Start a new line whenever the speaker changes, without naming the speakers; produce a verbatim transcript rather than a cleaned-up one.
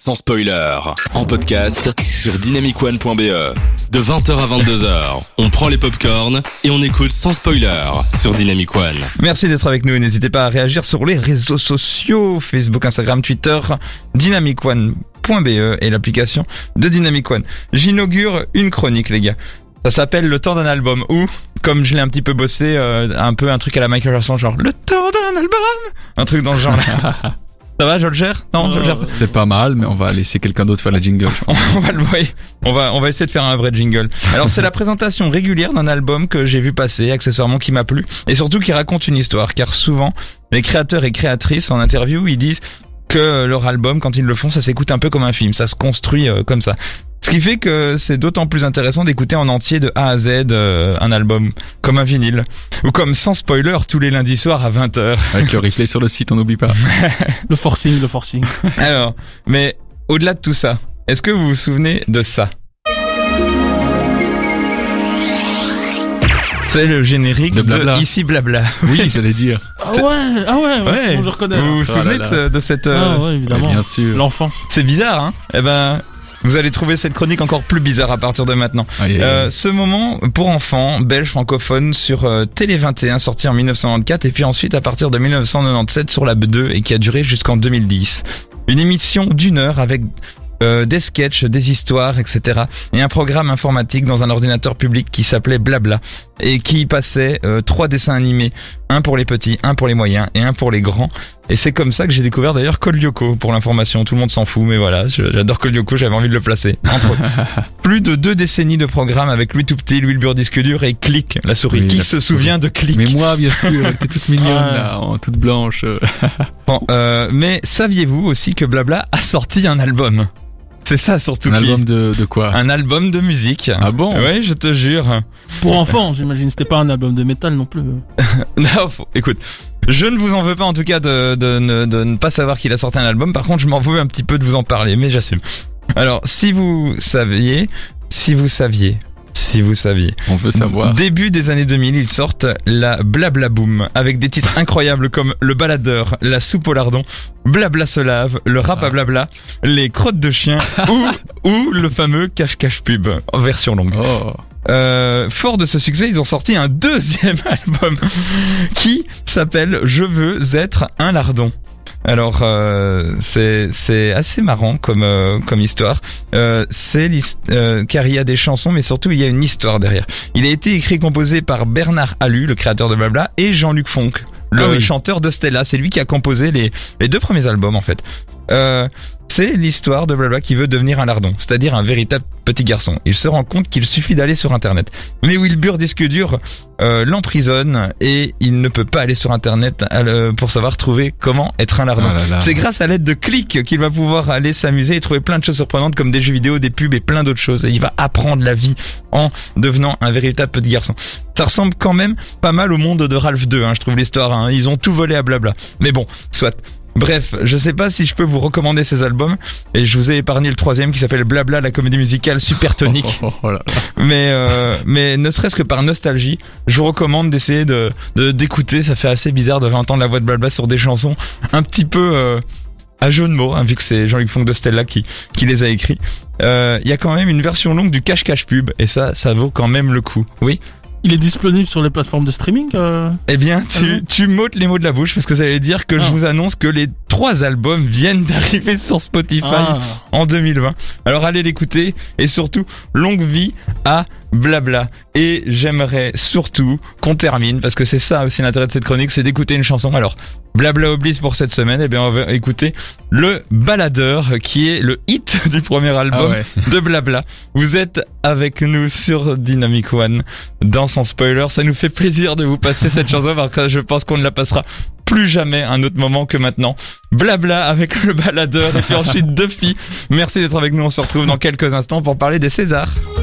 sans spoiler, en podcast sur dynamic one point b e. De vingt heures à vingt-deux heures, on prend les popcorns et on écoute sans spoiler sur Dynamic One.
Merci d'être avec nous et n'hésitez pas à réagir sur les réseaux sociaux, Facebook, Instagram, Twitter, dynamic one point b e et l'application de Dynamic One. J'inaugure une chronique, les gars. Ça s'appelle Le temps d'un album, ou, comme je l'ai un petit peu bossé, euh, un peu un truc à la Michael Jackson, genre Le temps d'un album, un truc dans ce genre-là. Ça va, je le gère? Non, je le gère.
C'est pas mal, mais on va laisser quelqu'un d'autre faire la jingle.
on va le voir. On va, on va essayer de faire un vrai jingle. Alors, c'est la présentation régulière d'un album que j'ai vu passer, accessoirement qui m'a plu, et surtout qui raconte une histoire, car souvent, les créateurs et créatrices, en interview, ils disent que leur album, quand ils le font, ça s'écoute un peu comme un film, ça se construit euh, comme ça. Ce qui fait que c'est d'autant plus intéressant d'écouter en entier de A à Z euh, un album, comme un vinyle, ou comme sans spoiler tous les lundis soirs à vingt heures.
Avec le replay sur le site, on n'oublie pas.
Le forcing, le forcing.
Alors, mais au-delà de tout ça, est-ce que vous vous souvenez de ça? C'est le générique
de, blabla.
de Ici Blabla.
Oui, j'allais dire.
Ah ouais, ah ouais, ouais,
ouais.
Bon, je reconnais.
Vous vous
Oh
souvenez
là
de, ce, de cette... Euh...
Ah ouais, évidemment.
Ouais, bien sûr.
L'enfance.
C'est bizarre, hein? Eh ben... Vous allez trouver cette chronique encore plus bizarre à partir de maintenant.
Aïe, aïe, aïe.
Euh, ce moment pour enfants belge francophone sur euh, Télé vingt et un, sorti en dix-neuf cent quatre-vingt-quatorze, et puis ensuite à partir de dix-neuf cent quatre-vingt-dix-sept sur la B deux et qui a duré jusqu'en deux mille dix. Une émission d'une heure avec euh, des sketchs, des histoires, et cetera. Et un programme informatique dans un ordinateur public qui s'appelait Blabla et qui passait euh, trois dessins animés, un pour les petits, un pour les moyens et un pour les grands. Et c'est comme ça que j'ai découvert d'ailleurs Code Lyoko, pour l'information. Tout le monde s'en fout, mais voilà, j'adore Code Lyoko, j'avais envie de le placer, entre autres. Plus de deux décennies de programmes avec Louis Toup'ti, Louis le Beurre Disque Dur et Click, la souris.
Oui,
Qui
la
se
souris.
souvient de Click?
Mais moi, bien sûr, elle était toute mignonne,
Ouais.
là, en toute blanche.
Bon, euh, mais saviez-vous aussi que Blabla a sorti un album? C'est ça surtout.
Un
qui-
album de, de quoi?
Un album de musique.
Ah bon?
Ouais, je te jure.
Pour enfants, j'imagine. C'était pas un album de métal non plus.
Non, faut- écoute, je ne vous en veux pas en tout cas de, de, de, de ne pas savoir qu'il a sorti un album. Par contre, je m'en veux un petit peu de vous en parler, mais j'assume. Alors, si vous saviez, si vous saviez, si vous saviez.
On veut savoir.
Début des années deux mille, ils sortent la Blabla Boom avec des titres incroyables comme Le Baladeur, La Soupe au Lardon, Blabla se lave, Le Rap à Blabla, Les Crottes de Chien ou, ou le fameux Cache-Cache Pub en version longue.
Oh.
Euh, fort de ce succès, ils ont sorti un deuxième album qui s'appelle Je veux être un lardon. Alors euh, c'est c'est assez marrant comme euh, comme histoire. Euh, c'est l'his- euh, car il y a des chansons, mais surtout il y a une histoire derrière. Il a été écrit et composé par Bernard Halu, le créateur de Blabla, et Jean-Luc Fonck, le
Ah oui.
chanteur de Stella. C'est lui qui a composé les les deux premiers albums en fait. Euh, c'est l'histoire de Blabla qui veut devenir un lardon, c'est-à-dire un véritable petit garçon. Il se rend compte qu'il suffit d'aller sur Internet. Mais Will Burr Disque Dur euh, l'emprisonne et il ne peut pas aller sur Internet euh, pour savoir trouver comment être un lardon.
Ah là là.
C'est grâce à l'aide de Click qu'il va pouvoir aller s'amuser et trouver plein de choses surprenantes comme des jeux vidéo, des pubs et plein d'autres choses. Et il va apprendre la vie en devenant un véritable petit garçon. Ça ressemble quand même pas mal au monde de Ralph deux, hein, je trouve l'histoire. Hein. Ils ont tout volé à Blabla. Mais bon, soit. Bref, je sais pas si je peux vous recommander ces albums et je vous ai épargné le troisième qui s'appelle Blabla, la comédie musicale Supertonique.
Oh, oh, oh là là.
Mais euh, mais ne serait-ce que par nostalgie, je vous recommande d'essayer de de d'écouter. Ça fait assez bizarre de réentendre la voix de Blabla sur des chansons un petit peu euh, à jeu de mots, hein, vu que c'est Jean-Luc Fonck de Stella qui qui les a écrits. Euh, Il y a quand même une version longue du Cache-Cache Pub et ça, ça vaut quand même le coup. Oui.
Il est disponible sur les plateformes de streaming euh...
Eh bien,
Ah
tu,
bon
tu m'ôtes les mots de la bouche parce que ça allait dire que
Ah.
je vous annonce que les trois albums viennent d'arriver sur Spotify
Ah.
en deux mille vingt. Alors allez l'écouter et surtout, longue vie à Blabla. Et j'aimerais surtout qu'on termine, parce que c'est ça aussi l'intérêt de cette chronique, c'est d'écouter une chanson. Alors, Blabla oblige pour cette semaine, eh bien on va écouter Le Baladeur, qui est le hit du premier album
Ah ouais.
de Blabla. Vous êtes avec nous sur Dynamic One dans Sans Spoiler. Ça nous fait plaisir de vous passer cette chanson parce que je pense qu'on ne la passera plus jamais un autre moment que maintenant. Blabla avec Le Baladeur et puis ensuite Duffy. Merci d'être avec nous. On se retrouve dans quelques instants pour parler des Césars.